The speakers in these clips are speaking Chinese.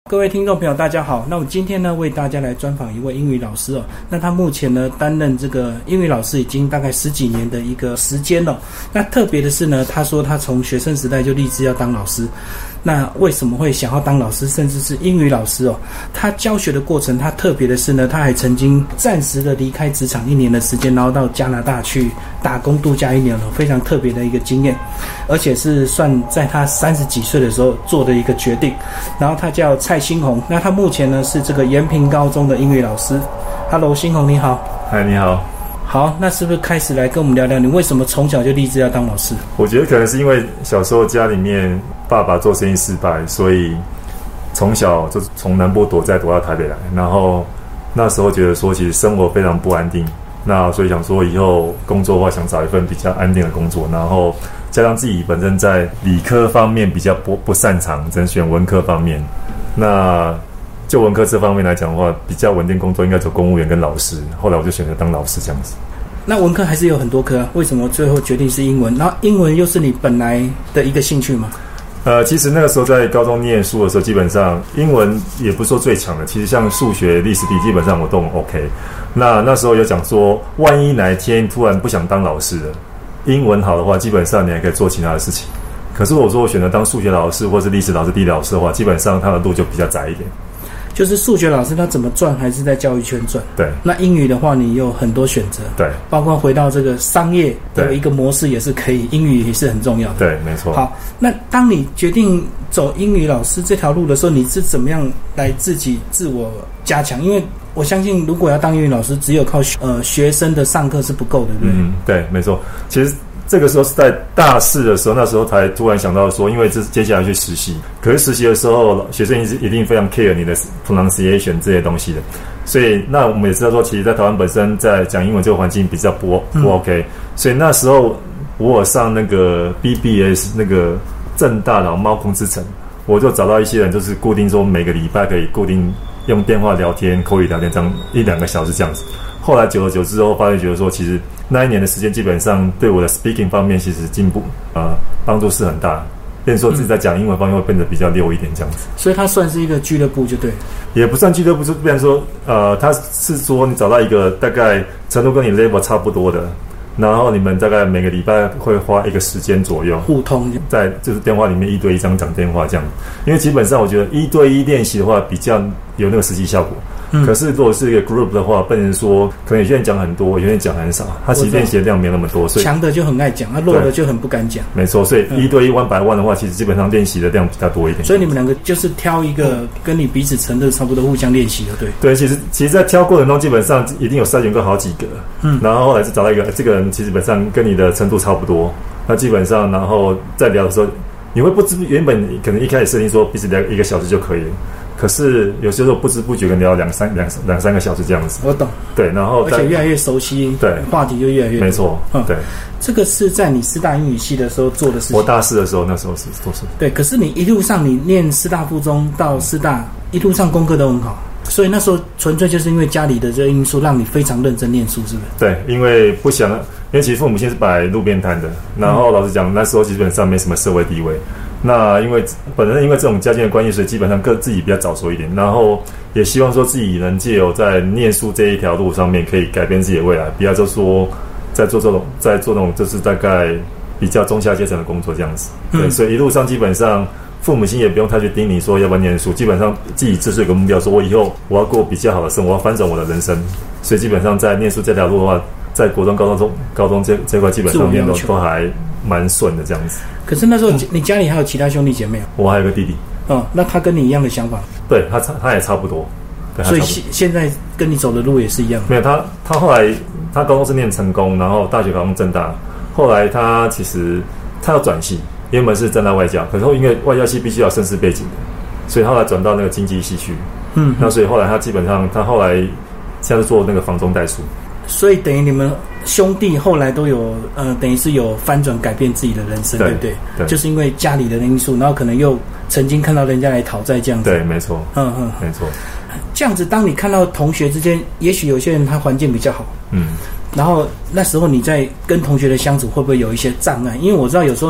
各位听众朋友大家好，那我今天呢为大家来专访一位英语老师哦。那他目前呢担任这个英语老师已经大概10几年的一个时间了。那特别的是呢，他说他从学生时代就立志要当老师。那为什么会想要当老师，甚至是英语老师哦？他教学的过程，他特别的是呢，他还曾经暂时的离开职场1年的时间，然后到加拿大去打工度假1年了，非常特别的一个经验，而且是算在他30几岁的时候做的一个决定。然后他叫蔡新红，那他目前呢是这个延平高中的英语老师。Hello， 新红你好。 嗨，你好。 好，那是不是开始来跟我们聊聊，你为什么从小就立志要当老师？ 我觉得可能是因为小时候家里面爸爸做生意失败，所以从小就从南部躲到台北来，然后那时候觉得说其实生活非常不安定，那所以想说以后工作的话想找一份比较安定的工作，然后加上自己本身在理科方面比较不擅长，只能选文科方面。那就文科这方面来讲的话，比较稳定工作应该走公务员跟老师，后来我就选择当老师这样子。 那文科还是有很多科啊，为什么最后决定是英文？然后英文又是你本来的一个兴趣吗？ 其实那个时候在高中念书的时候，基本上英文也不是说最强的，其实像数学、历史地基本上我都很 OK。那时候有讲说，万一哪一天突然不想当老师了，英文好的话，基本上你还可以做其他的事情。可是我说我选择当数学老师或是历史老师、地理老师的话，基本上他的路就比较窄一点。 就是数学老师他怎么赚还是在教育圈赚。 对。 那英语的话你有很多选择。 对。 包括回到这个商业的一个模式也是可以，英语也是很重要的。 对，没错。 好，那当你决定走英语老师这条路的时候，你是怎么样来自己自我加强？因为我相信如果要当英语老师，只有靠学生的上课是不够的，对不对？ 对，没错。其实这个时候是在大4的时候，那时候才突然想到说，因为接下来去实习，可是实习的时候，学生一定非常 care 你的 pronunciation 这些东西的，所以那我们也知道说，其实，在台湾本身在讲英文这个环境比较不 OK，所以那时候我有上那个 BBS 那个政大的猫空之城，我就找到一些人，就是固定说每个礼拜可以固定用电话聊天、口语聊天，这样1-2个小时这样子。后来久而久之后，发现觉得说，其实那1年的时间，基本上对我的 speaking 方面其实进步帮助是很大，变成说自己在讲英文方面会变得比较溜一点这样子。 所以它算是一个俱乐部就对了。 也不算俱乐部，就变成说它是说你找到一个大概程度跟你 level 差不多的，然后你们大概每个礼拜会花1个时间左右互通，在就是电话里面1对1这样讲电话这样。因为基本上我觉得1对1练习的话比较有那个实际效果。可是如果是一个 group 的话，变成说可能有些人讲很多，有些人讲很少，他其实练习的量没有那么多，所以强的就很爱讲，弱的就很不敢讲。 没错，所以1对1 100 1的话，其实基本上练习的量比较多一点。 所以你们两个就是挑一个跟你彼此程度差不多，互相练习的，对。 对，其实，在挑过程中，基本上一定有筛选过好几个，然后后来是找到一个这个人，其实本上跟你的程度差不多，那基本上，然后在聊的时候，你会不知原本可能一开始设定说彼此聊1个小时就可以了。可是有些时候不知不觉跟聊2、3个小时这样子。 我懂。 对，然后而且越来越熟悉， 对， 话题就越来越多。 没错。对。 这个是在你师大英语系的时候做的事情。 我大4的时候，那时候是做事。 对，可是你一路上你念师大附中到师大，一路上功课都很好，所以那时候纯粹就是因为家里的这个因素，让你非常认真念书，是不是？ 对，因为不想，因为其实父母亲是摆路边摊的，然后老实讲，那时候基本上没什么社会地位。那因为本身因为这种家境的关系，所以基本上自己比较早熟一点，然后也希望说自己能借由在念书这一条路上面可以改变自己的未来，不要就说在做那种就是大概比较中下阶层的工作这样子。对，所以一路上基本上父母亲也不用太去盯你说要不要念书，基本上自己就是有个目标，说我以后我要过比较好的生活，我要翻转我的人生。所以基本上在念书这条路的话，在国中、高中这块基本上面都还蛮顺的这样子。 可是那时候你家里还有其他兄弟姐妹啊？ 我还有个弟弟。 那他跟你一样的想法？ 对，他也差不多。对， 所以现在跟你走的路也是一样的。 没有，他后来他高中是念成功，然后大学考上政大，后来他其实他要转系，原本是政大外交，可是因为外交系必须要绅士背景的，所以他后来转到那个经济系去。那所以后来他基本上他后来现在是做那个房中代书。所以等于你们兄弟后来都有等于是有翻转改变自己的人生， 对不对？对，就是因为家里的因素，然后可能又曾经看到人家来讨债这样子。 对，没错。没错。 这样子，当你看到同学之间，也许有些人他环境比较好，然后那时候你在跟同学的相处会不会有一些障碍？因为我知道有时候你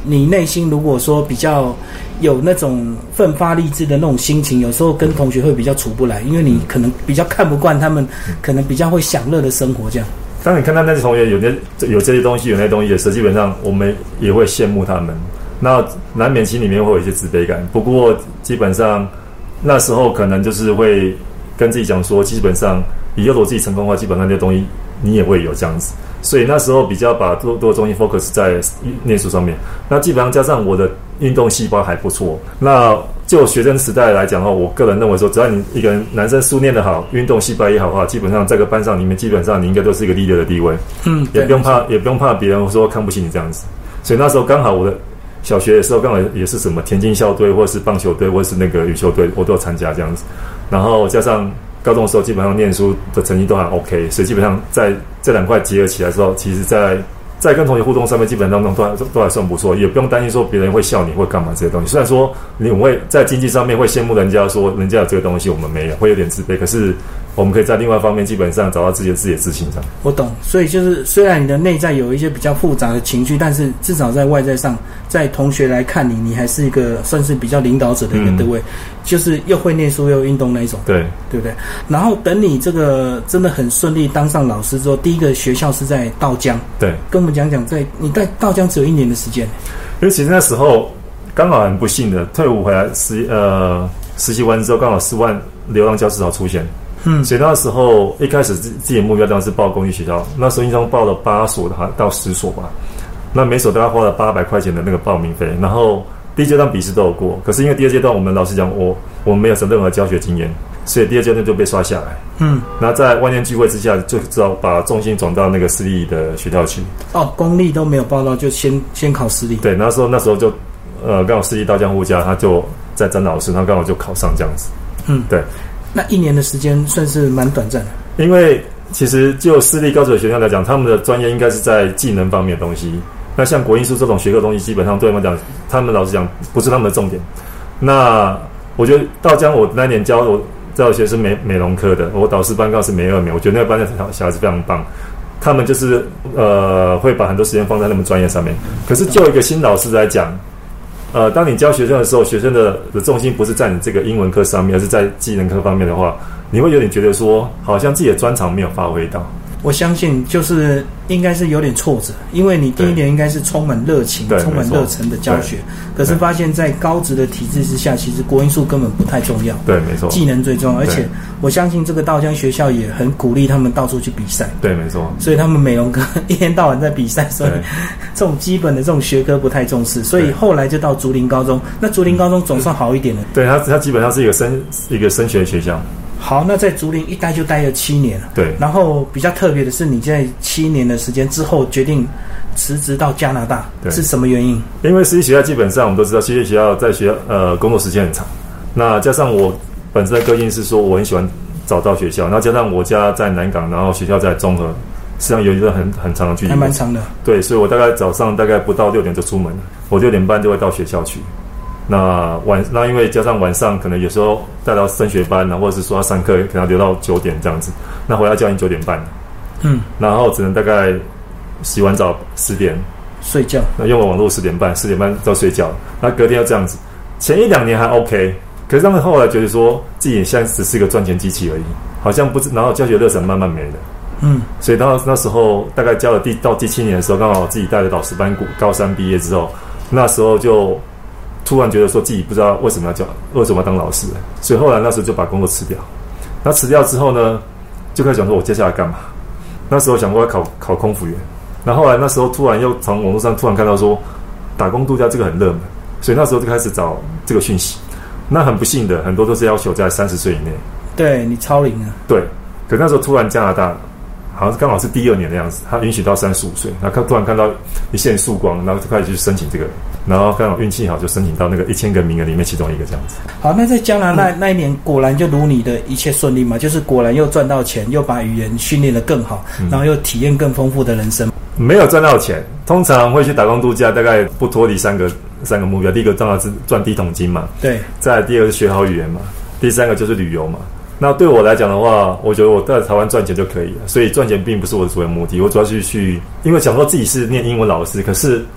你内心如果说比较有那种奋发励志的那种心情，有时候跟同学会比较处不来，因为你可能比较看不惯他们，可能比较会享乐的生活这样。 当你看到那些同学有这些东西，有那些东西的时候，基本上我们也会羡慕他们，那难免心里面会有一些自卑感。不过基本上那时候可能就是会跟自己讲说，基本上以后如果自己成功的话，基本上那些东西你也会有这样子。所以那时候比较把多的重心 focus 在念书上面。那基本上加上我的运动细胞还不错。那就学生时代来讲的话，我个人认为说，只要你一个人男生书念得好，运动细胞也好的话，基本上在这个班上里面，基本上你应该都是一个 leader 的地位。也不用怕别人说看不起你这样子。所以那时候刚好我的小学的时候刚好也是什么田径校队，或是棒球队，或是那个羽球队，我都有参加这样子。然后加上高中的时候，基本上念书的成绩都还 OK， 所以基本上在这两块结合起来的时候，其实在跟同学互动上面，基本上都还算不错，也不用担心说别人会笑你会干嘛这些东西。虽然说你会在经济上面会羡慕人家，说人家有这个东西我们没有，会有点自卑，可是我们可以在另外一方面基本上找到自己的自信上。 我懂，所以就是虽然你的内在有一些比较复杂的情绪，但是至少在外在上，在同学来看你还是一个算是比较领导者的一个地位，就是又会念书又运动那一种，对不对？然后等你这个真的很顺利当上老师之后，第一个学校是在稻江， 对， 跟我们讲你在稻江只有1年的时间， 因为其实那时候刚好很不幸的退伍回来实习完之后，刚好4万流浪教师潮出现。所以那时候一开始自己的目标当然是报公立学校，那时候印象报了8所到10所吧，那每所大概花了800块钱的那个报名费，然后第一阶段笔试都有过，可是因为第二阶段我们老师讲我们没有任何教学经验，所以第二阶段就被刷下来。然后在万念俱灰之下，就只好把重心转到那个私立的学校去。公立都没有报到，就先考私立。对，那时候就刚好私立稻江户家他就在詹老师，他刚好就考上这样子。对。 那1年的时间算是蛮短暂的， 因为其实就私立高职的学校来讲，他们的专业应该是在技能方面的东西。那像国英数这种学科东西，基本上对他们讲，他们老实讲不是他们的重点。那我觉得稻江我那年教学生美容科的，我导师班刚好是美2美，我觉得那个班的小孩子非常棒。他们就是会把很多时间放在他们专业上面。可是就一个新老师来讲，当你教学生的时候，学生的重心不是在你这个英文课上面，而是在技能课方面的话，你会有点觉得说，好像自己的专长没有发挥到。 我相信就是应该是有点挫折，因为你第一年应该是充满热情、充满热忱的教学，可是发现在高职的体制之下，其实国英数根本不太重要。 对，没错， 技能最重要。而且我相信这个稻江学校也很鼓励他们到处去比赛。 对，没错。 所以他们美容科一天到晚在比赛，所以这种基本的这种学科不太重视，所以后来就到竹林高中。那竹林高中总算好一点了。 对，它基本上是一个升学学校。 好，那在竹林一待就待了7年了。 对。然后比较特别的是，你在7年的时间之后决定辞职到加拿大，是什么原因？ 因为私立学校基本上我们都知道，私立学校在学校工作时间很长。那加上我本身的个性是说，我很喜欢早到学校，然后加上我家在南港，然后学校在中和，实际上有一段很长的距离， 还蛮长的。 对，所以我大概早上大概不到6点就出门了，我6点半就会到学校去。那因为加上晚上可能有时候带到升学班，或者是说要上课，可能要留到9点这样子。那回到家已经9点半了，然后只能大概洗完澡10点睡觉。 那用网络10点半都睡觉。那隔天要这样子，前1-2年还 OK， 可是他们后来觉得说自己现在只是一个赚钱机器而已，好像不知，然后教学热忱慢慢没了。所以到那时候大概教了到第7年的时候，刚好自己带着导师班高3毕业之后，那时候就突然觉得说自己不知道为什么要当老师，所以后来那时候就把工作辞掉。那辞掉之后呢，就开始想说我接下来干嘛。那时候想过要考空服员，然后后来那时候突然又从网络上突然看到说打工度假这个很热门，所以那时候就开始找这个讯息。那很不幸的，很多都是要求在30岁以内。 对，你超龄了。 对，可那时候突然加拿大好像刚好是第2年的样子，他允许到35岁，然后突然看到一线曙光，然后就开始去申请这个，然后刚好运气好就申请到那个1000个名额里面其中一个这样子。 好，那在加拿大那一年果然就如你的一切顺利嘛，就是果然又赚到钱，又把语言训练得更好，然后又体验更丰富的人生。 没有赚到钱，通常会去打工度假，大概不脱离三个目标。第一个当然是赚第一桶金嘛，对。再来第二个是学好语言嘛，第3个就是旅游嘛。那对我来讲的话，我觉得我在台湾赚钱就可以了，所以赚钱并不是我的主要目的。我主要是因为想说自己是念英文老师，可是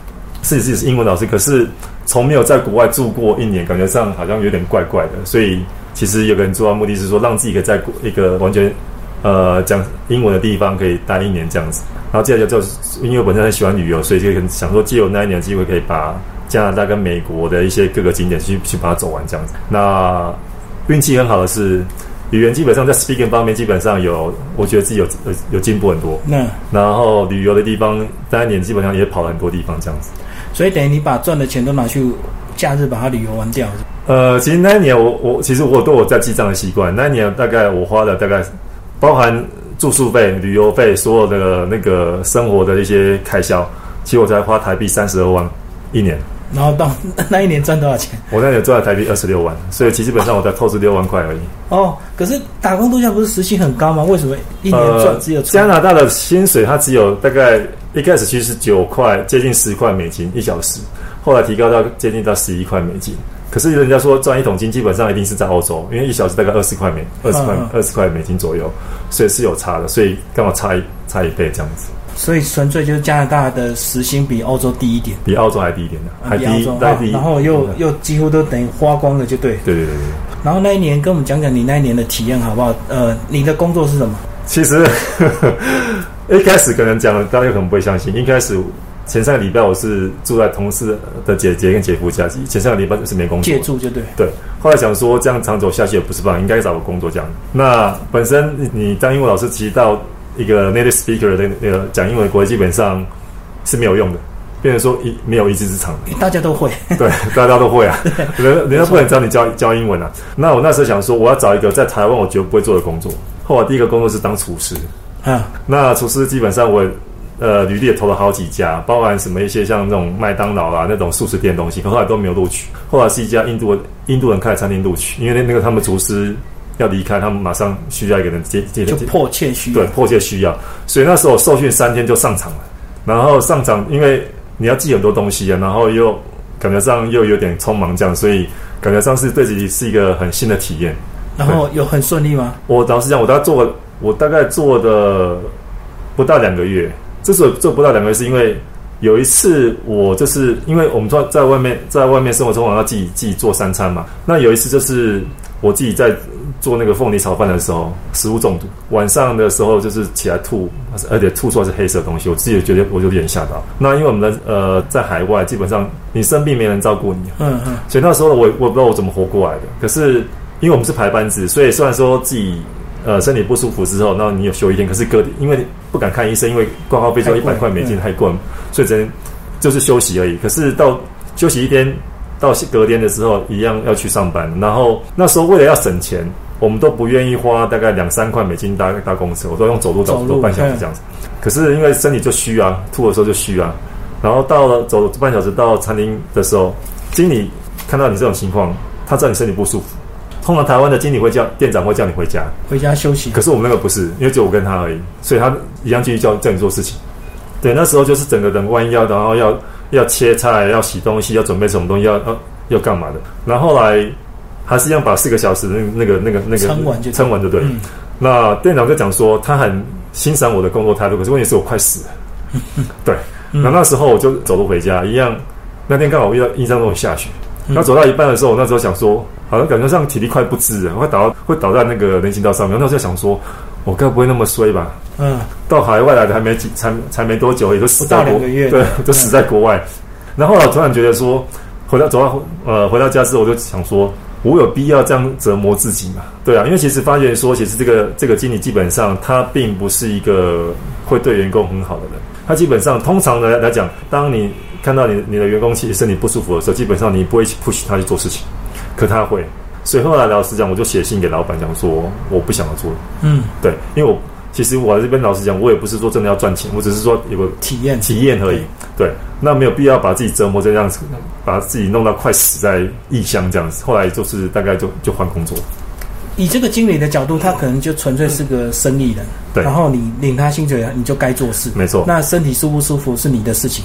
自己是英文老师，可是从没有在国外住过1年，感觉上好像有点怪怪的。所以其实有个很重要的目的是说，让自己可以在一个完全讲英文的地方可以待1年这样子。然后接下来就是因为我本身很喜欢旅游，所以就想说借由那1年的机会，可以把加拿大跟美国的一些各个景点去把它走完这样子。那运气很好的是，语言基本上在 speaking 方面基本上我觉得自己有进步很多。然后旅游的地方那1年基本上也跑了很多地方这样子。 所以等于你把赚的钱都拿去假日把它旅游完掉。 其实那1年其实我都有在记账的习惯。那1年大概我花了大概包含住宿费、旅游费，所有的那个生活的一些开销，其实我才花台币32万1年。 然后到那1年赚多少钱？ 我那年赚了台币26万，所以其实基本上我才透支6万块而已。 可是打工度假不是时薪很高吗？为什么1年赚只有加拿大的薪水它只有大概一开始其实是9块，接近10块美金1小时，后来提高到接近到11块美金。可是人家说赚1桶金基本上一定是在欧洲，因为1小时大概20块美金左右，所以是有差的，所以刚好差一倍这样子。所以纯粹就是加拿大的时薪比欧洲低一点， 比澳洲还低一点的，还低， 然后又几乎都等于花光了，就对。 对。 然后那1年跟我们讲讲你那1年的体验好不好？你的工作是什么？ 其实一开始可能讲了，大家可能不会相信。一开始前3个礼拜我是住在同事的姐姐跟姐夫家，前3个礼拜就是没工作， 借住就对。 对，后来想说这样长走下去也不是办法，应该找个工作这样。那本身你当英文老师，其实到一个 native speaker 的那个讲英文的国家基本上是没有用的，变成说没有一技之长， 大家都会。 对，大家都会啊，人家不能找你教英文啊。那我那时候想说，我要找一个在台湾我绝对不会做的工作。后来第一个工作是当厨师。那厨师基本上我履历也投了好几家，包含什么一些像那种麦当劳啦那种速食店的东西，可后来都没有录取。后来是一家印度人开的餐厅录取，因为那个他们厨师要离开，他们马上需要一个人接， 就迫切需要。 对，迫切需要。所以那时候我受训3天就上场了，然后上场因为你要记很多东西啊，然后又感觉上又有点匆忙这样，所以感觉上是对自己是一个很新的体验。 然后有很顺利吗？ 我老实讲，我大概做的不到2个月。这时候做不到2个月，是因为有一次我就是因为我们在外面生活中，我要自己做3餐嘛。那有一次就是我自己在做那个凤梨炒饭的时候，食物中毒，晚上的时候就是起来吐，而且吐出来是黑色的东西，我自己觉得我有点吓到。那因为我们在海外，基本上你生病没人照顾你，所以那时候我不知道我怎么活过来的。可是因为我们是排班制，所以虽然说自己身体不舒服之后，那你有休1天，可是因为不敢看医生，因为挂号费就100块美金太贵，所以只能就是休息而已。可是到休息1天，到隔天的时候一样要去上班。然后那时候为了要省钱，我们都不愿意花大概2-3块美金搭公车，我都用走路半小时这样子。可是因为身体就虚啊，吐的时候就虚啊。然后到了走半小时到餐厅的时候，经理看到你这种情况，他知道你身体不舒服。通常台湾的经理店长会叫你回家休息， 可是我们那个不是，因为只有我跟他而已，所以他一样继续叫你做事情。对，那时候就是整个人弯腰，然后要切菜，要洗东西，要准备什么东西，要干嘛的。然后后来还是一样把4个小时那个撑完就对。那店长就讲说他很欣赏我的工作态度，可是问题是我快死了。对，那时候我就走路回家，一样那天刚好印象中有下雪。然后走到一半的时候，我那时候想说，好像感觉上体力快不支了，会倒在那个人行道上面。那时候想说，我该不会那么衰吧？到海外来的才没多久，也就死在 2个月， 对，就死在国外。然后后来我突然觉得说，回到家之后，我就想说，我有必要这样折磨自己嘛？对啊，因为其实发现说，其实这个经理基本上他并不是一个会对员工很好的人。他基本上通常的来讲，当你看到你的员工其实身体不舒服的时候，基本上你不会push他去做事情，可他会。所以后来老实讲，我就写信给老板讲说，我不想要做。对，因为其实我这边老实讲，我也不是说真的要赚钱，我只是说有个体验而已。对，那没有必要把自己折磨这样子，把自己弄到快死在异乡这样子。后来就是大概就换工作。 以这个经理的角度，他可能就纯粹是个生意人，然后你领他薪水，你就该做事， 没错。 那身体舒不舒服是你的事情， 对。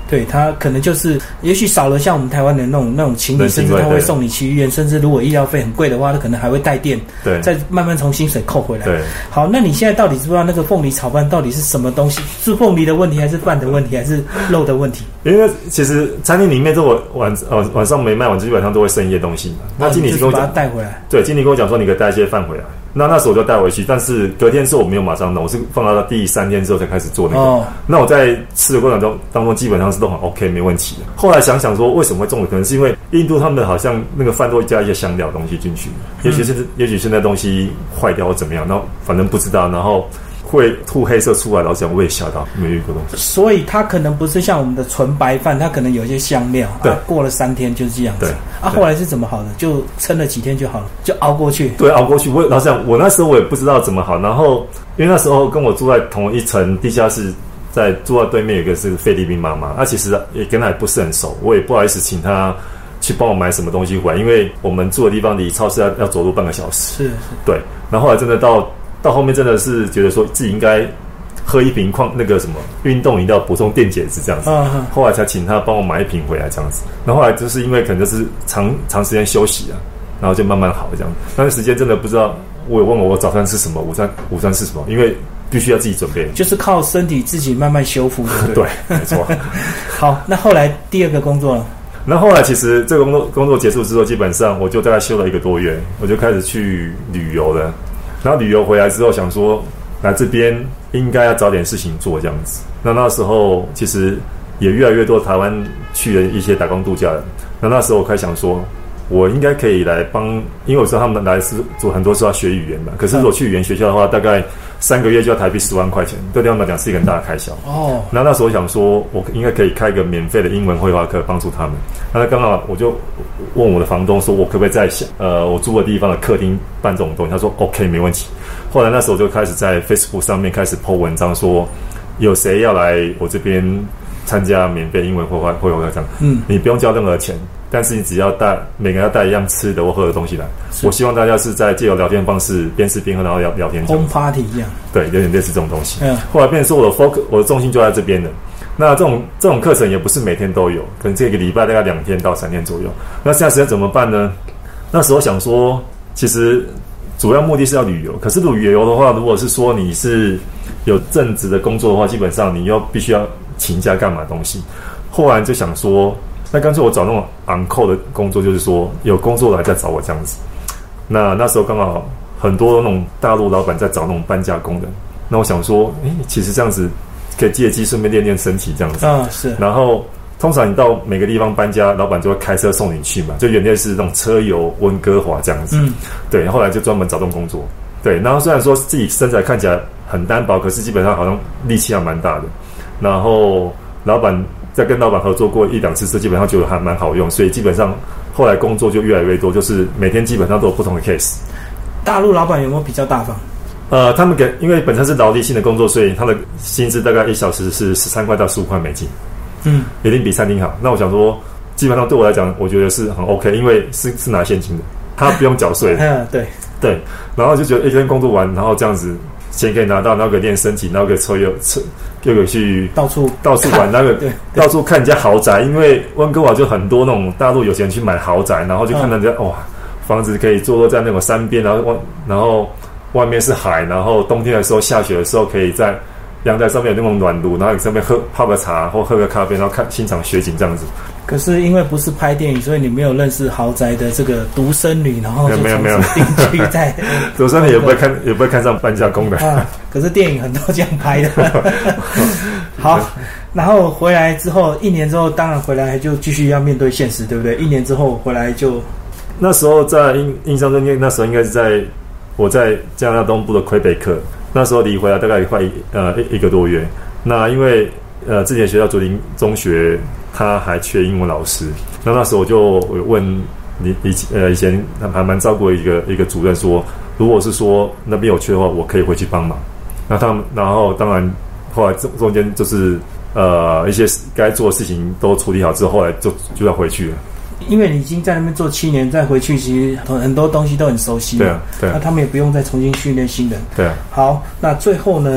对，他可能就是也许少了像我们台湾的那种情谊，甚至他会送你去医院，甚至如果医疗费很贵的话，他可能还会带电， 对， 再慢慢从薪水扣回来。 对， 好，那你现在到底知不知道那个凤梨炒饭到底是什么东西？是凤梨的问题，还是饭的问题，还是肉的问题？ 因为其实餐厅里面，我晚上没卖完，基本上都会剩一些东西嘛。那经理跟我讲， 把它带回来。 对，经理跟我讲说，你可以带一些饭回来。那时候我就带回去，但是隔天之后我没有马上弄，我是放到第3天之后才开始做那个。那我在吃的过程当中，基本上是都很 OK， 没问题的。后来想想说，为什么会中的？可能是因为印度他们好像那个饭都会加一些香料东西进去，也许是那东西坏掉或怎么样，然后反正不知道，然后会吐黑色出来，老实讲我也吓到，没遇过东西。 所以它可能不是像我们的纯白饭，它可能有一些香料。对，过了3天就是这样子。对，后来是怎么好的？就撑了几天就好了，就熬过去。对， 熬过去。老实讲，我那时候我也不知道怎么好。然后因为那时候跟我住在同一层地下室，在住在对面有一个是菲律宾妈妈，她其实也跟她也不是很熟，我也不好意思请她去帮我买什么东西回来，因为我们住的地方离超市要走路半个小时。是。对，然后后来真的到后面真的是觉得说自己应该喝一瓶那个什么运动饮料补充电解质这样子，后来才请他帮我买一瓶回来这样子。然后后来就是因为可能就是长时间休息啊，然后就慢慢好这样。但是时间真的不知道，我也问我早餐吃什么，午餐吃什么，因为必须要自己准备， 就是靠身体自己慢慢修复。 对，没错。 好，那后来第二个工作呢？ 那后来其实这个工作结束之后，基本上我就大概休了1个多月，我就开始去旅游了。然后旅游回来之后，想说来这边应该要找点事情做这样子。那时候其实也越来越多台湾去的一些打工度假人。那时候我开始想说，我应该可以来帮，因为我知道他们来是做很多是要学语言嘛。可是如果去语言学校的话，大概3个月就要台币10万块钱，对他们来讲是一个很大的开销。哦。那时候我想说，我应该可以开一个免费的英文绘画课，帮助他们。那刚好我就问我的房东说，我可不可以在我住的地方的客厅办这种东西？他说 OK， 没问题。后来那时候就开始在 Facebook 上面开始 po 文章，说有谁要来我这边参加免费英文绘画课这样。你不用交任何钱。但是你只要每个人要带一样吃的或喝的东西来。我希望大家是在借由聊天方式边吃边喝，然后聊天。 Home party 一样。对， 有点类似这种东西。后来变成说我的重心就在这边了。那这种课程也不是每天都有，可能这个礼拜大概2天到3天左右。那现在时间怎么办呢？那时候想说，其实主要目的是要旅游。可是旅游的话，如果是说你是有正职的工作的话，基本上你必须要请假干嘛东西。后来就想说，那干脆我找那种 on call 的工作，就是说有工作来再找我这样子。那时候刚好很多那种大陆老板在找那种搬家工人。那我想说，其实这样子可以借机顺便练练身体这样子。是。然后通常你到每个地方搬家，老板就会开车送你去嘛，就原来是那种车游温哥华这样子。对。后来就专门找这种工作。对。然后虽然说自己身材看起来很单薄，可是基本上好像力气还蛮大的。然后在跟老板合作过1-2次，基本上觉得还蛮好用，所以基本上后来工作就越来越多，就是每天基本上都有不同的 case。 大陆老板有没有比较大方？ 他们因为本身是劳力性的工作，所以他的薪资大概1小时是13块到15块美金，一定比餐厅好。那我想说，基本上对我来讲，我觉得是很 OK， 因为是拿现金的，他不用缴税。对。然后就觉得一天工作完，然后这样子钱可以拿到，然后可以练身体，然后可以又可以去到处玩，到处看人家豪宅，因为温哥华就很多那种大陆有钱人去买豪宅，然后就看人家房子可以坐落在那种山边，然后外面是海，然后冬天的时候下雪的时候可以在阳台上面有那种暖炉，然后你上面泡个茶或喝个咖啡，然后欣赏雪景这样子。可是因为不是拍电影，所以你没有认识豪宅的这个独生女，然后就没有定居在独生女也不会看上搬家工的可是电影很多这样拍的好，然后回来之后1年之后，当然回来就继续要面对现实，对不对？1年之后回来就那时候在印象中，那时候应该是我在加拿大东部的魁北克，那时候离回来大概快1个多月。那因为之前学校竹林中学他还缺英文老师，那时候我就问以前还蛮照顾一个主任说，如果是说那边有缺的话，我可以回去帮忙。然后当然后来中间就是一些该做的事情都处理好之后，后来就要回去了。 因为你已经在那边做7年，再回去其实很多东西都很熟悉了。对啊。那他们也不用再重新训练新人。对啊。好，那最后呢，你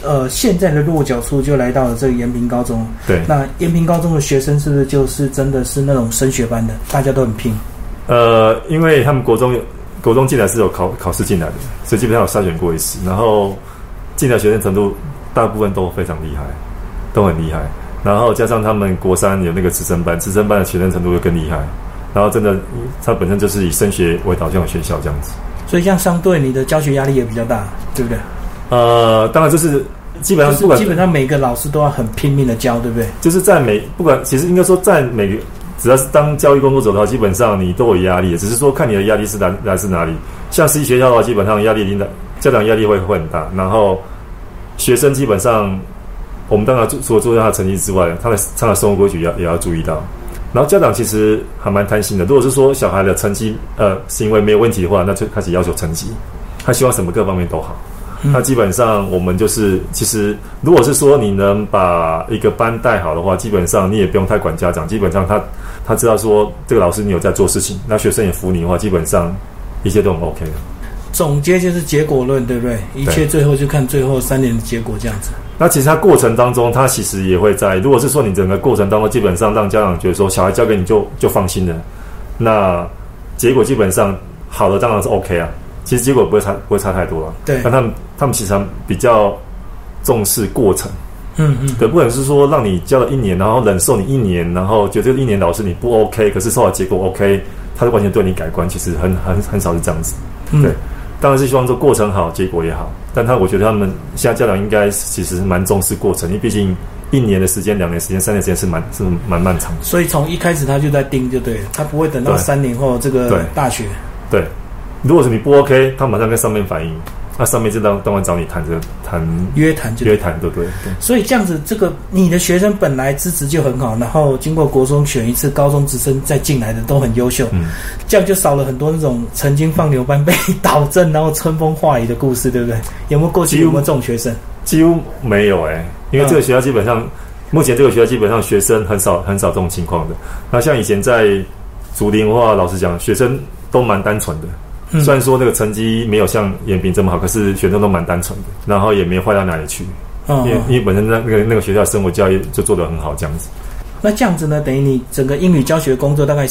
现在的落脚处就来到了这个延平高中。 对， 那延平高中的学生是不是就是真的是那种升学班的，大家都很拼？ 因为他们国中进来是有考试进来的，所以基本上有筛选过一次，然后进来学生程度大部分都非常厉害，都很厉害。然后加上他们国三有那个直升班的学生程度会更厉害。然后真的，它本身就是以升学为导向的学校这样子。 所以这样相对你的教学压力也比较大，对不对？ 当然就是基本上不管基本上每个老师都要很拼命的教，对不对？ 就是不管其实应该说在每个只要是当教育工作者的话，基本上你都有压力，只是说看你的压力是来自哪里。像私立学校的话，基本上压力家长压力会很大，然后学生基本上我们当然除了注意他的成绩之外，他的生活规矩也要注意到。然后家长其实还蛮贪心的，如果是说小孩的成绩行为没有问题的话，那就开始要求成绩，他希望什么各方面都好。那基本上我们就是其实如果是说你能把一个班带好的话，基本上你也不用太管家长，基本上他知道说这个老师你有在做事情，那学生也服你的话，基本上一切都很 OK 的。 总结就是结果论，对不对？一切最后就看最后3年的结果这样子。 那其实他过程当中，他其实也会在，如果是说你整个过程当中基本上让家长觉得说小孩交给你就放心了，那结果基本上好的当然是 OK 啊，其实结果不会差太多了。 对， 但他们其实比较重视过程。对，不可能是说让你教了1年，然后忍受你1年，然后觉得这个1年老师你不 OK， 可是后来结果 OK， 他就完全对你改观，其实很少是这样子。对。当然是希望说过程好，结果也好，但我觉得他们现在家长应该其实蛮重视过程，因为毕竟1年的时间、2年时间、3年时间是蛮漫长的。 所以从一开始他就在盯就对了，他不会等到3年后这个大学。 对，如果是你不 OK， 他马上跟上面反映，那上面就当然找你约谈，对不对？ 所以这样子，这个你的学生本来资质就很好，然后经过国中选一次，高中直升再进来的都很优秀，这样就少了很多那种曾经放牛班被导正，然后春风化雨的故事，对不对？有没有过去有没有这种学生？ 几乎没有因为这个学校基本上，目前这个学校基本上学生很少这种情况的。那像以前在竹林的话，老实讲，学生都蛮单纯的。虽然说那个成绩没有像延平这么好，可是学生都蛮单纯的，然后也没坏到哪里去。因为本身那个学校生活教育就做得很好，这样子。 那这样子呢，等于你整个英语教学工作大概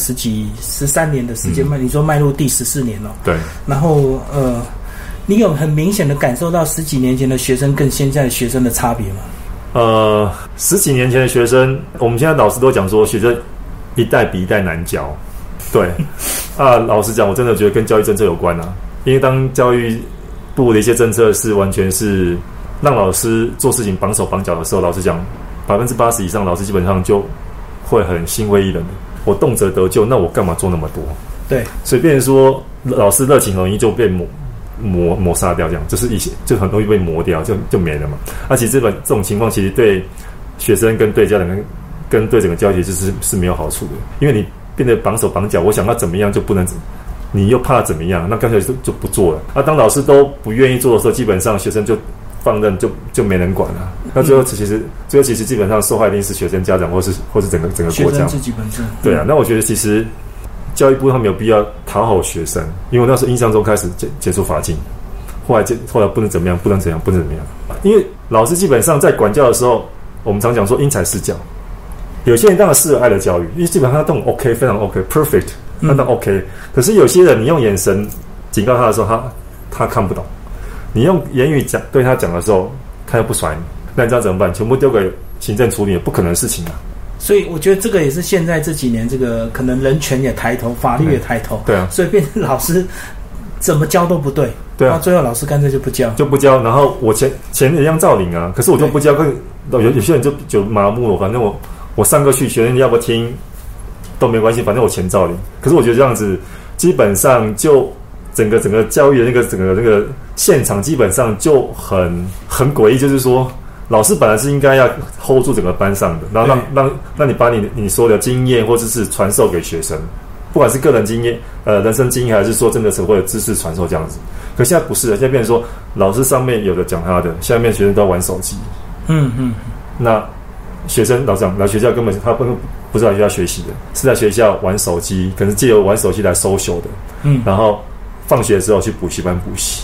13年的时间，你说迈入第14年了。 对。 然后你有很明显的感受到10几年前的学生跟现在的学生的差别吗 ？10几年前的学生，我们现在老师都讲说，学生一代比一代难教。对老实讲，我真的觉得跟教育政策有关因为当教育部的一些政策是完全是让老师做事情绑手绑脚的时候，老实讲，80%以上老师基本上就会很心灰意冷的。我动辄得救，那我干嘛做那么多？ 对， 所以变成说老师热情很容易就被抹杀掉，这样就是就很容易被磨掉，就没了嘛。其实这种情况其实对学生跟对家长跟对整个教学是没有好处的，因为你变得绑手绑脚，我想要怎么样就不能，你又怕怎么样，那干脆就不做了。当老师都不愿意做的时候，基本上学生就放任，就没人管了。那最后其实基本上受害一定是学生、家长或是整个国家。 学生自己本身。 对那我觉得其实教育部他没有必要讨好学生，因为我那时候印象中开始解除罚金，后来不能怎么样，因为老师基本上在管教的时候，我们常讲说因材施教。有些人当然适合爱的教育，因为基本上他都很 OK， 非常 OK，perfect， 他都 OK。可是有些人，你用眼神警告他的时候，他看不懂；你用言语对他讲的时候，他又不甩你。那你知道怎么办？全部丢给行政处理，不可能的事情啊。 所以我觉得这个也是现在这几年这个可能人权也抬头，法律也抬头， 对啊， 所以变成老师怎么教都不对， 对啊， 最后老师干脆就不教，然后我钱一样照领啊，可是我就不教，有些人就麻木了，反正我上课去，学生要不听都没关系，反正我钱照领。可是我觉得这样子，基本上就整个教育的整个那个现场，基本上就很诡异。就是说，老师本来是应该要 hold 住整个班上的，然后让你把你所有的经验或者是传授给学生，不管是个人经验、人生经验，还是说真的是为了知识传授这样子。可现在不是了，现在变成说，老师上面有的讲他的，下面学生都要玩手机。那学生老实讲来学校根本他不是来学校学习的，是在学校玩手机，可能借由玩手机来social的。然后放学的时候去补习班补习。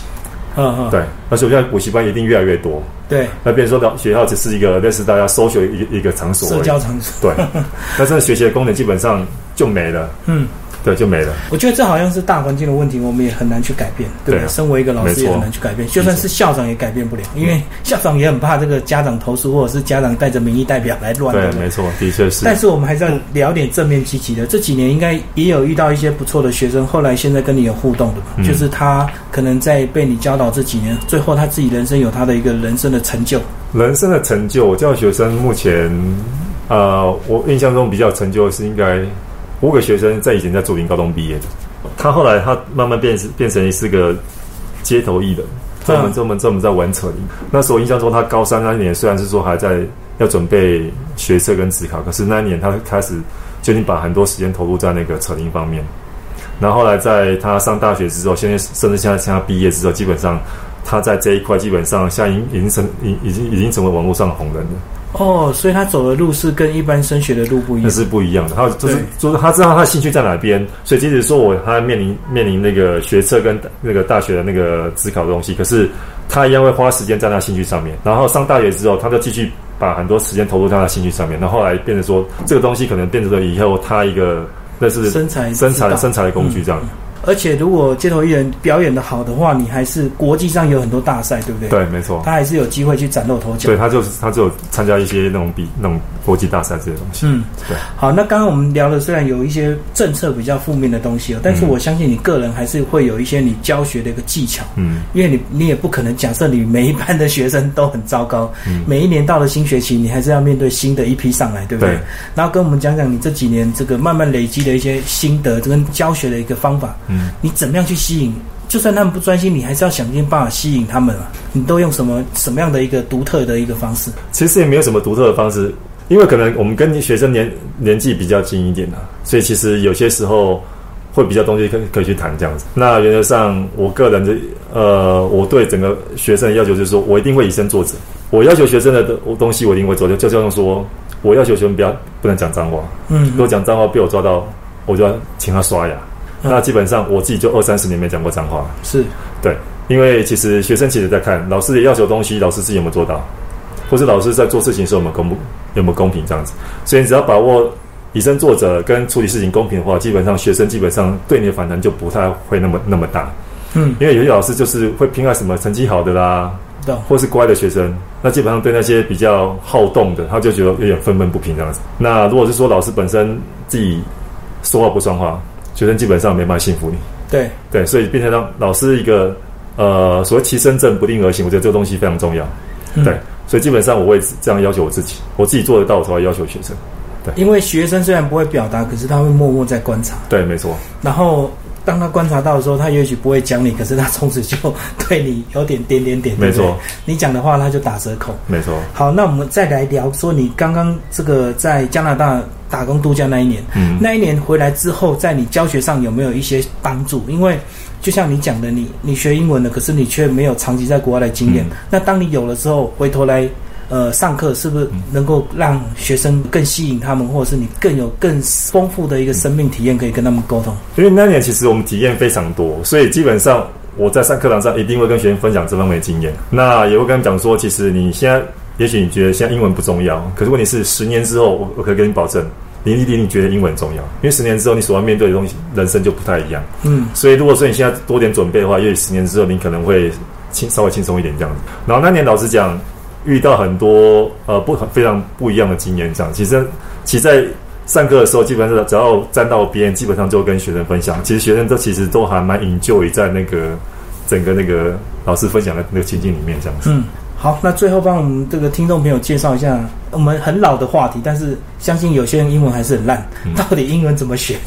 对，而且我现在补习班一定越来越多。 对， 那变成说学校只是一个类似大家social一个场所而已， 社交场所。 对，那这个学习的功能基本上就没了。对，就没了。 我觉得这好像是大环境的问题，我们也很难去改变，对不对？身为一个老师也很难去改变，就算是校长也改变不了，因为校长也很怕这个家长投诉，或者是家长带着民意代表来乱。 对，没错，的确是。 但是我们还是要聊点正面积极的。这几年应该也有遇到一些不错的学生，后来现在跟你有互动的嘛，就是他可能在被你教导这几年，最后他自己人生有他的一个人生的成就。人生的成就， 我教学生目前，我印象中比较有成就的是应该。5个学生在以前在竹林高中毕业的，他后来他慢慢变成是个街头艺人，专门在玩扯铃。那时候我印象中，他高3那一年虽然是说还在要准备学测跟指考，可是那一年他开始决定把很多时间投入在那个扯铃方面。然后后来在他上大学之后，甚至现在他毕业之后，基本上他在这一块基本上现在已经成为网络上红人了。 所以他走的路是跟一般升学的路不一样， 那是不一样的。他就是他知道他兴趣在哪边，所以即使说他面临那个学测跟那个大学的那个指考的东西，可是他一样会花时间在他兴趣上面。然后上大学之后，他就继续把很多时间投入在他兴趣上面。然后后来变成说，这个东西可能变成了以后他一个那是生财的工具这样。而且如果街头艺人表演的好的话，你还是国际上有很多大赛，对不对？对，没错，他还是有机会去崭露头角。对，他就有参加一些那种国际大赛这些东西。对。好，那刚刚我们聊的虽然有一些政策比较负面的东西但是我相信你个人还是会有一些你教学的一个技巧。因为你也不可能假设你每一班的学生都很糟糕，每一年到了新学期，你还是要面对新的一批上来，对不对？然后跟我们讲讲你这几年这个慢慢累积的一些心得跟教学的一个方法。你怎么样去吸引？就算他们不专心，你还是要想尽办法吸引他们嘛。你都用什么样的一个独特的一个方式？其实也没有什么独特的方式，因为可能我们跟学生年纪比较近一点所以其实有些时候会比较东西可以去谈这样子。那原则上，我个人的我对整个学生的要求就是说，我一定会以身作则。我要求学生的东西，我一定会做，就像说，我要求学生不能讲脏话。如果讲脏话被我抓到，我就要请他刷牙。那基本上我自己就20-30年没讲过脏话，是对，因为其实学生其实在看老师的要求的东西，老师自己有没有做到，或是老师在做事情的时候有没有公平这样子。所以你只要把握以身作则跟处理事情公平的话，基本上学生基本上对你的反弹就不太会那么大。因为有些老师就是会偏爱什么成绩好的啦，或是乖的学生，那基本上对那些比较好动的，他就觉得有点愤愤不平这样子。那如果是说老师本身自己说话不算话，学生基本上没办法信服你。对，所以变成让老师一个所谓其身正不令而行，我觉得这个东西非常重要。对，所以基本上我会这样要求我自己，我自己做得到，我才会要求学生。对，因为学生虽然不会表达，可是他会默默在观察。对，没错。然后当他观察到的时候，他也许不会讲你，可是他从此就对你有点点。没错，你讲的话他就打折扣。没错。好，那我们再来聊说你刚刚这个在加拿大打工度假那一年，那一年回来之后，在你教学上有没有一些帮助？因为就像你讲的，你学英文了，可是你却没有长期在国外的经验。那当你有了之后，回头来上课，是不是能够让学生更吸引他们，或者是你更丰富的一个生命体验可以跟他们沟通？因为那年其实我们体验非常多，所以基本上我在上课堂上一定会跟学生分享这方面的经验。那也会跟他们讲说，其实你现在也许你觉得现在英文不重要，可是问题是10年之后，我可以跟你保证，你一定觉得英文重要，因为10年之后你所要面对的东西，人生就不太一样。所以如果说你现在多点准备的话，也许10年之后你可能会稍微轻松一点这样子。然后那年老实讲，遇到很多非常不一样的经验这样。其实在上课的时候，基本上只要站到边，基本上就跟学生分享。其实学生都还蛮enjoy在那个整个那个老师分享的那个情境里面这样子。好，那最后帮我们这个听众朋友介绍一下我们很老的话题，但是相信有些人英文还是很烂，到底英文怎么学？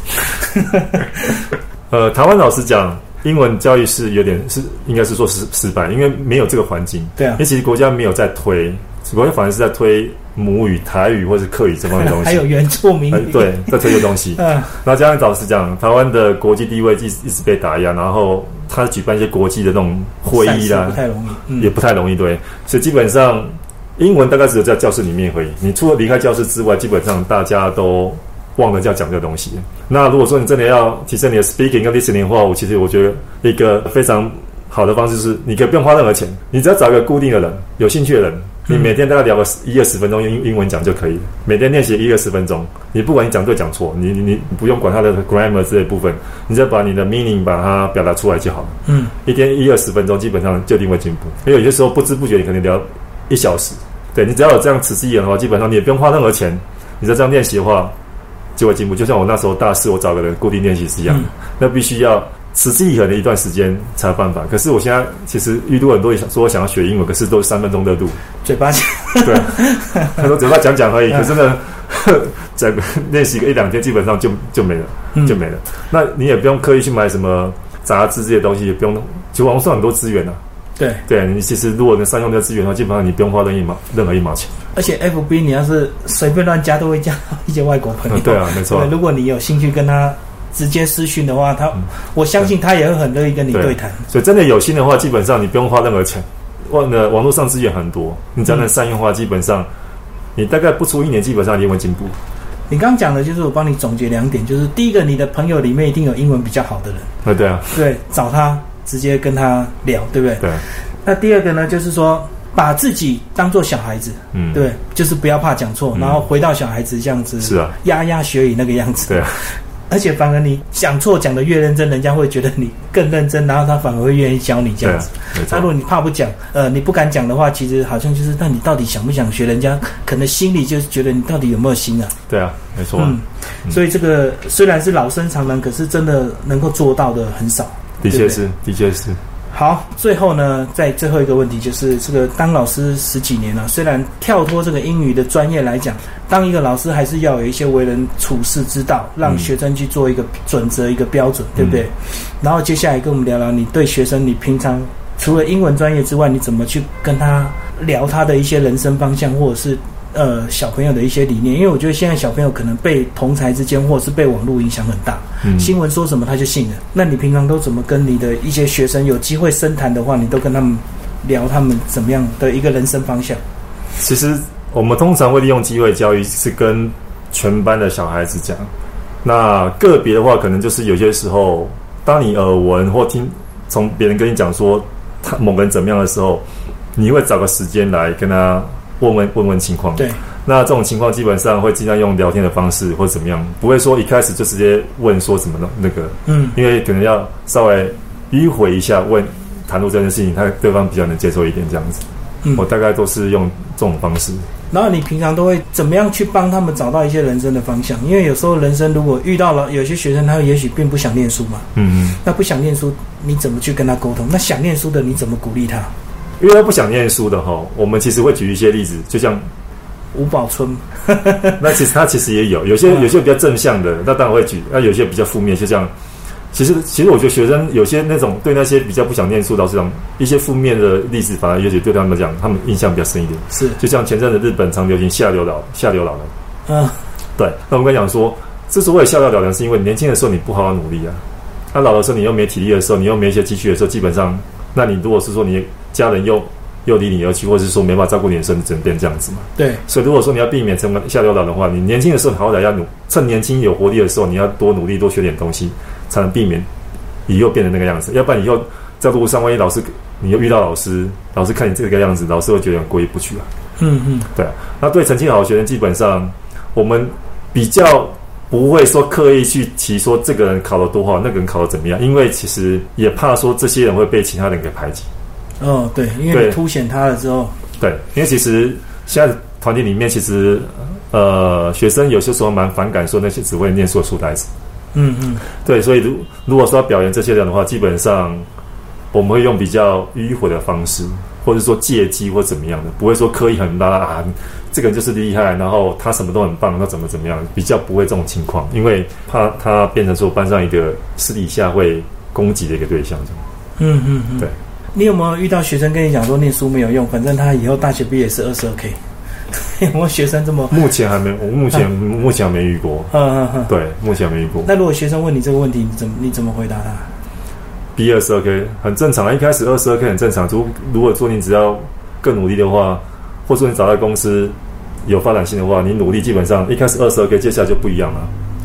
台湾老师讲英文教育是应该是说失败，因为没有这个环境。对啊，因为其实国家没有在推，国家反而是在推母语、台语或是客语这方面的东西，还有原住民语，对，在推这东西。那加上老实讲，台湾的国际地位一直被打压，然后他举办一些国际的那种会议啦，不太容易，也不太容易，对。所以基本上英文大概只有在教室里面而已，你除了离开教室之外，基本上大家都忘了要讲这个东西。那如果说你真的要提升你的 speaking 跟 listening 的话，我觉得一个非常好的方式是，你可以不用花任何钱，你只要找一个固定的人，有兴趣的人，你每天大概聊个1-20分钟用英文讲就可以了。每天练习1-20分钟，你不管你讲对讲错，你不用管它的 grammar 之类的部分，你只要把你的 meaning 把它表达出来就好了。一天1-20分钟，基本上就一定会进步。因为有些时候不知不觉你可能聊1小时，对，你只要有这样持之以恒的话，基本上你也不用花任何钱，你只要这样练习的话就会进步。就像我那时候大4，我找个人固定练习是一样的，那必须要持之以恒的一段时间才有办法。可是我现在其实遇到很多人说想要学英文，可是都是3分钟热度， 嘴巴讲， 对，他说嘴巴讲讲而已，可是呢，整个练习个1-2天，基本上就没了，就没了。那你也不用刻意去买什么杂志这些东西，也不用，其实网络上很多资源啊。对，你其实如果能善用这个资源的话，基本上你不用花任何一毛钱。 而且 FB 你要是随便乱加，都会加一些外国朋友。 对啊，没错。 对，如果你有兴趣跟他直接私讯的话，我相信他也会很乐意跟你对谈。 所以真的有心的话，基本上你不用花任何钱。网络上资源很多，你只要能善用的话，基本上你大概不出1年，基本上一定会进步。 你刚刚讲的就是我帮你总结2点，就是第一个，你的朋友里面一定有英文比较好的人。 对啊。 对，找他直接跟他聊，对不对？ 对。 那第二个呢，就是说把自己当作小孩子，对，就是不要怕讲错，然后回到小孩子这样子， 是啊， 牙牙学语那个样子， 对啊。 而且反而你讲错讲得越认真，人家会觉得你更认真，然后他反而会愿意教你这样子。那如果你怕不讲，你不敢讲的话，其实好像就是，那你到底想不想学？人家可能心里就是觉得你到底有没有心啊？ 对啊，没错。 所以这个虽然是老生常谈，可是真的能够做到的很少。 的确是。 好，最后呢，在最后一个问题就是这个当老师10几年了，虽然跳脱这个英语的专业来讲，当一个老师还是要有一些为人处事之道，让学生去做一个准则、一个标准，对不对？然后接下来跟我们聊聊你对学生，你平常除了英文专业之外，你怎么去跟他聊他的一些人生方向，或者是小朋友的一些理念？因为我觉得现在小朋友可能被同侪之间或者是被网络影响很大，新闻说什么他就信了。那你平常都怎么跟你的一些学生有机会深谈的话，你都跟他们聊他们怎么样的一个人生方向？ 其实我们通常会利用机会教育是跟全班的小孩子讲，那个别的话可能就是有些时候当你耳闻或听从别人跟你讲说他某个人怎么样的时候，你会找个时间来跟他问问情况。 对， 那这种情况基本上会尽量用聊天的方式或者怎么样，不会说一开始就直接问说什么那个，因为可能要稍微迂回一下谈论这件事情，对方比较能接受一点这样子。我大概都是用这种方式。 然后你平常都会怎么样去帮他们找到一些人生的方向？因为有时候人生如果遇到了有些学生，他也许并不想念书嘛，那不想念书，你怎么去跟他沟通？那想念书的，你怎么鼓励他？ 因为他不想念书的哈，我们其实会举一些例子，就像吴宝春， 那其实他其实也有些比较正向的，那当然会举，那有些比较负面，就像其实我觉得学生有些那种对那些比较不想念书老师讲一些负面的例子，反而也许对他们讲，他们印象比较深一点。是，就像前阵子日本常流行下流老人，对，那我跟你讲说，之所以下流老人，是因为年轻的时候你不好好努力啊，那老的时候你又没体力的时候，你又没一些积蓄的时候，基本上，那你如果是说你家人又离你而去，或者是说没办法照顾你的身体，只能变这样子嘛。对，所以如果说你要避免成为下流老人的话，你年轻的时候好歹要趁年轻有活力的时候，你要多努力，多学点东西，才能避免以后变成那个样子。要不然以后在路上，万一你又遇到老师看你这个样子，老师会觉得很过意不去啊。对啊。那对成绩好的学生，基本上我们比较不会说刻意去提说这个人考得多好，那个人考得怎么样，因为其实也怕说这些人会被其他人给排挤。对，因为你凸显他了之后，对，因为其实现在团体里面，其实学生有些时候蛮反感说那些只会念书的书呆子。对，所以如果说要表扬这些人的话，基本上我们会用比较迂回的方式，或者说借机或怎么样的，不会说刻意很拉啊，这个人就是厉害，然后他什么都很棒，那怎么样，比较不会这种情况，因为怕他变成说班上一个私底下会攻击的一个对象。对。你有没有遇到学生跟你讲说念书没有用，反正他以后大学毕业是22K？ 有没有学生这么？目前还没，我目前没遇过。对，目前没遇过。那如果学生问你这个问题，你怎么回答他？毕业22K 很正常啊，一开始22K 很正常。如果说你只要更努力的话，或者说你找到公司有发展性的话，你努力基本上一开始22K，接下来就不一样了。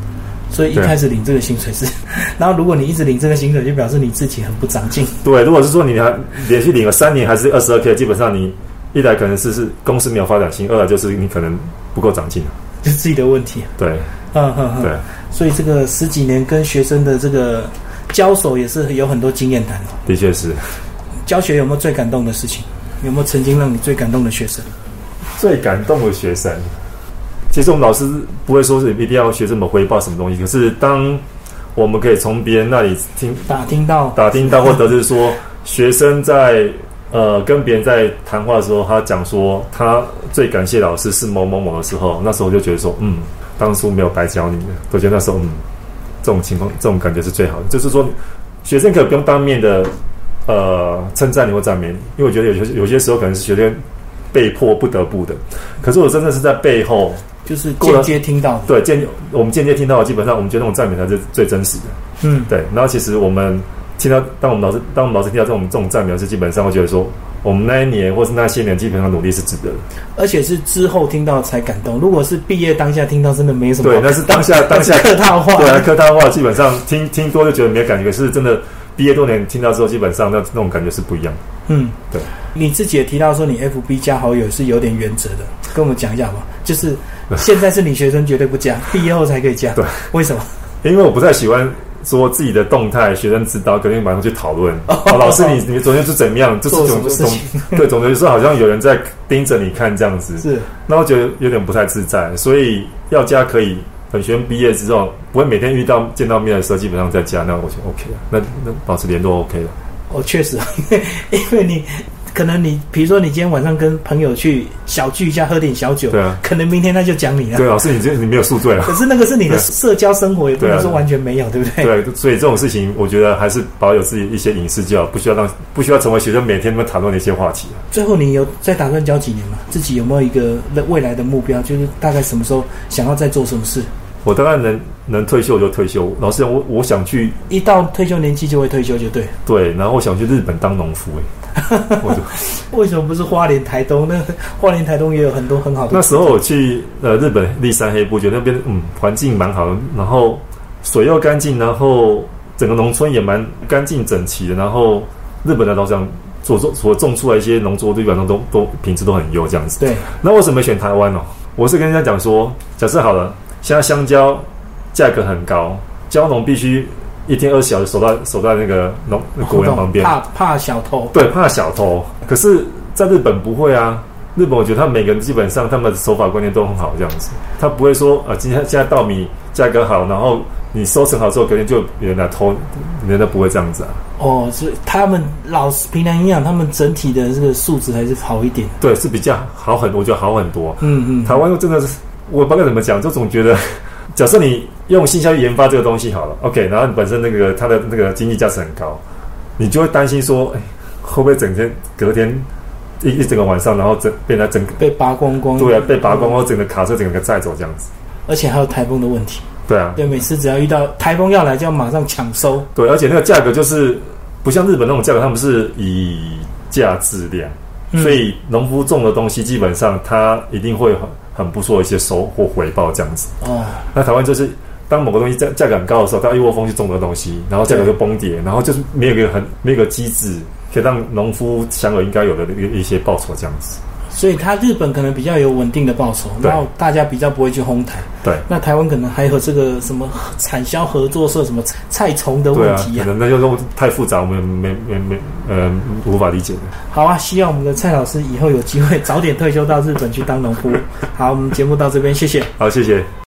所以一开始领这个薪水是，然后如果你一直领这个薪水，就表示你自己很不长进。 对，如果是说你还连续领了3年还是22K，基本上你一来可能是公司没有发展性，二来就是你可能不够长进， 就自己的问题。 对，对。 所以这个10几年跟学生的这个交手也是有很多经验谈。 的确是。 教学有没有最感动的事情？有没有曾经让你最感动的学生？ 最感动的学生，其实我们老师不会说是一定要学生们回报什么东西，可是当我们可以从别人那里打听到或得知说学生在跟别人在谈话的时候，他讲说他最感谢老师是某某某的时候，那时候我就觉得说当初没有白教你的，我觉得那时候这种情况这种感觉是最好的，就是说学生可以不用当面的称赞你或赞美你，因为我觉得有些时候可能是学生被迫不得不的，可是我真的是在背后就是间接听到的， 对，我们间接听到的，基本上我们觉得那种赞美才是最真实的。对。然后其实我们听到，当我们老师听到这种赞美的时候，基本上会觉得说，我们那一年或是那些年基本上努力是值得的， 而且是之后听到才感动。如果是毕业当下听到，真的没什么。 对，那是当下客套话。 对啊，客套话基本上听多就觉得没有感觉，可是真的毕业多年听到之后，基本上那种感觉是不一样的。对。你自己也提到说，你 FB 加好友是有点原则的，跟我们讲一下吧。就是现在是你学生绝对不加，毕业后才可以加。 对， 为什么？ 因为我不太喜欢说自己的动态，学生知道，肯定马上去讨论。老师你昨天是怎么样？这是总觉得说好像有人在盯着你看这样子。是，那我觉得有点不太自在，所以要加可以。等学生毕业之后，不会每天见到面的时候，基本上在家，那我就 OK 了。那保持联络 OK 了。确实，因为你可能比如说你今天晚上跟朋友去小聚一下，喝点小酒，对啊，可能明天他就讲你了。对，老师你没有宿醉了。可是那个是你的社交生活，也不能说完全没有，对不对？对，所以这种事情，我觉得还是保有自己一些隐私就好，不需要成为学生每天那么讨论的一些话题。最后，你有在打算教几年吗？自己有没有一个未来的目标？就是大概什么时候想要再做什么事？我大概能退休就退休。老实讲，我想去一到退休年纪就会退休，就对。对，然后我想去日本当农夫。为什么不是花莲台东？那花莲台东也有很多很好的。那时候我去日本立山黑部，觉得那边环境蛮好的，然后水又干净，然后整个农村也蛮干净整齐的，然后日本的老乡所种出来一些农作物基本上都品质都很优这样子。对。那为什么选台湾哦？我是跟人家讲说，假设好了。现在香蕉价格很高，蕉农必须1天20小时守在那个果园旁边，怕小偷。对，怕小偷。可是，在日本不会啊。日本我觉得他们每个人基本上他们的守法观念都很好，这样子。他不会说今天现在稻米价格好，然后你收成好之后，隔天就有人来偷，人家不会这样子啊。所以他们平常营养，他们整体的这个素质还是好一点。对，是比较好很多，我觉得好很多。台湾又真的是。我不知道怎么讲，就总觉得，假设你用信效去研发这个东西好了 ，OK， 然后你本身它的那个经济价值很高，你就会担心说，会不会隔天一整个晚上，然后被拔光光？对啊，被拔光光，整个卡车整个载走这样子。而且还有台风的问题。对啊，对，每次只要遇到台风要来，就要马上抢收。对，而且那个价格就是不像日本那种价格，他们是以价质量，所以农夫种的东西基本上它一定会很不错的一些收获回报这样子。那台湾就是当某个东西价格很高的时候，大家一窝蜂去种这个东西，然后价格就崩跌，然后就是没有一个机制可以让农夫享有应该有的一些报酬这样子。所以日本可能比较有稳定的报酬，然后大家比较不会去哄抬。对，那台湾可能还有这个什么产销合作社什么菜虫的问题啊，可能那就太复杂，我们无法理解的。好啊，希望我们的蔡老师以后有机会早点退休到日本去当农夫。好，我们节目到这边，谢谢。好，谢谢。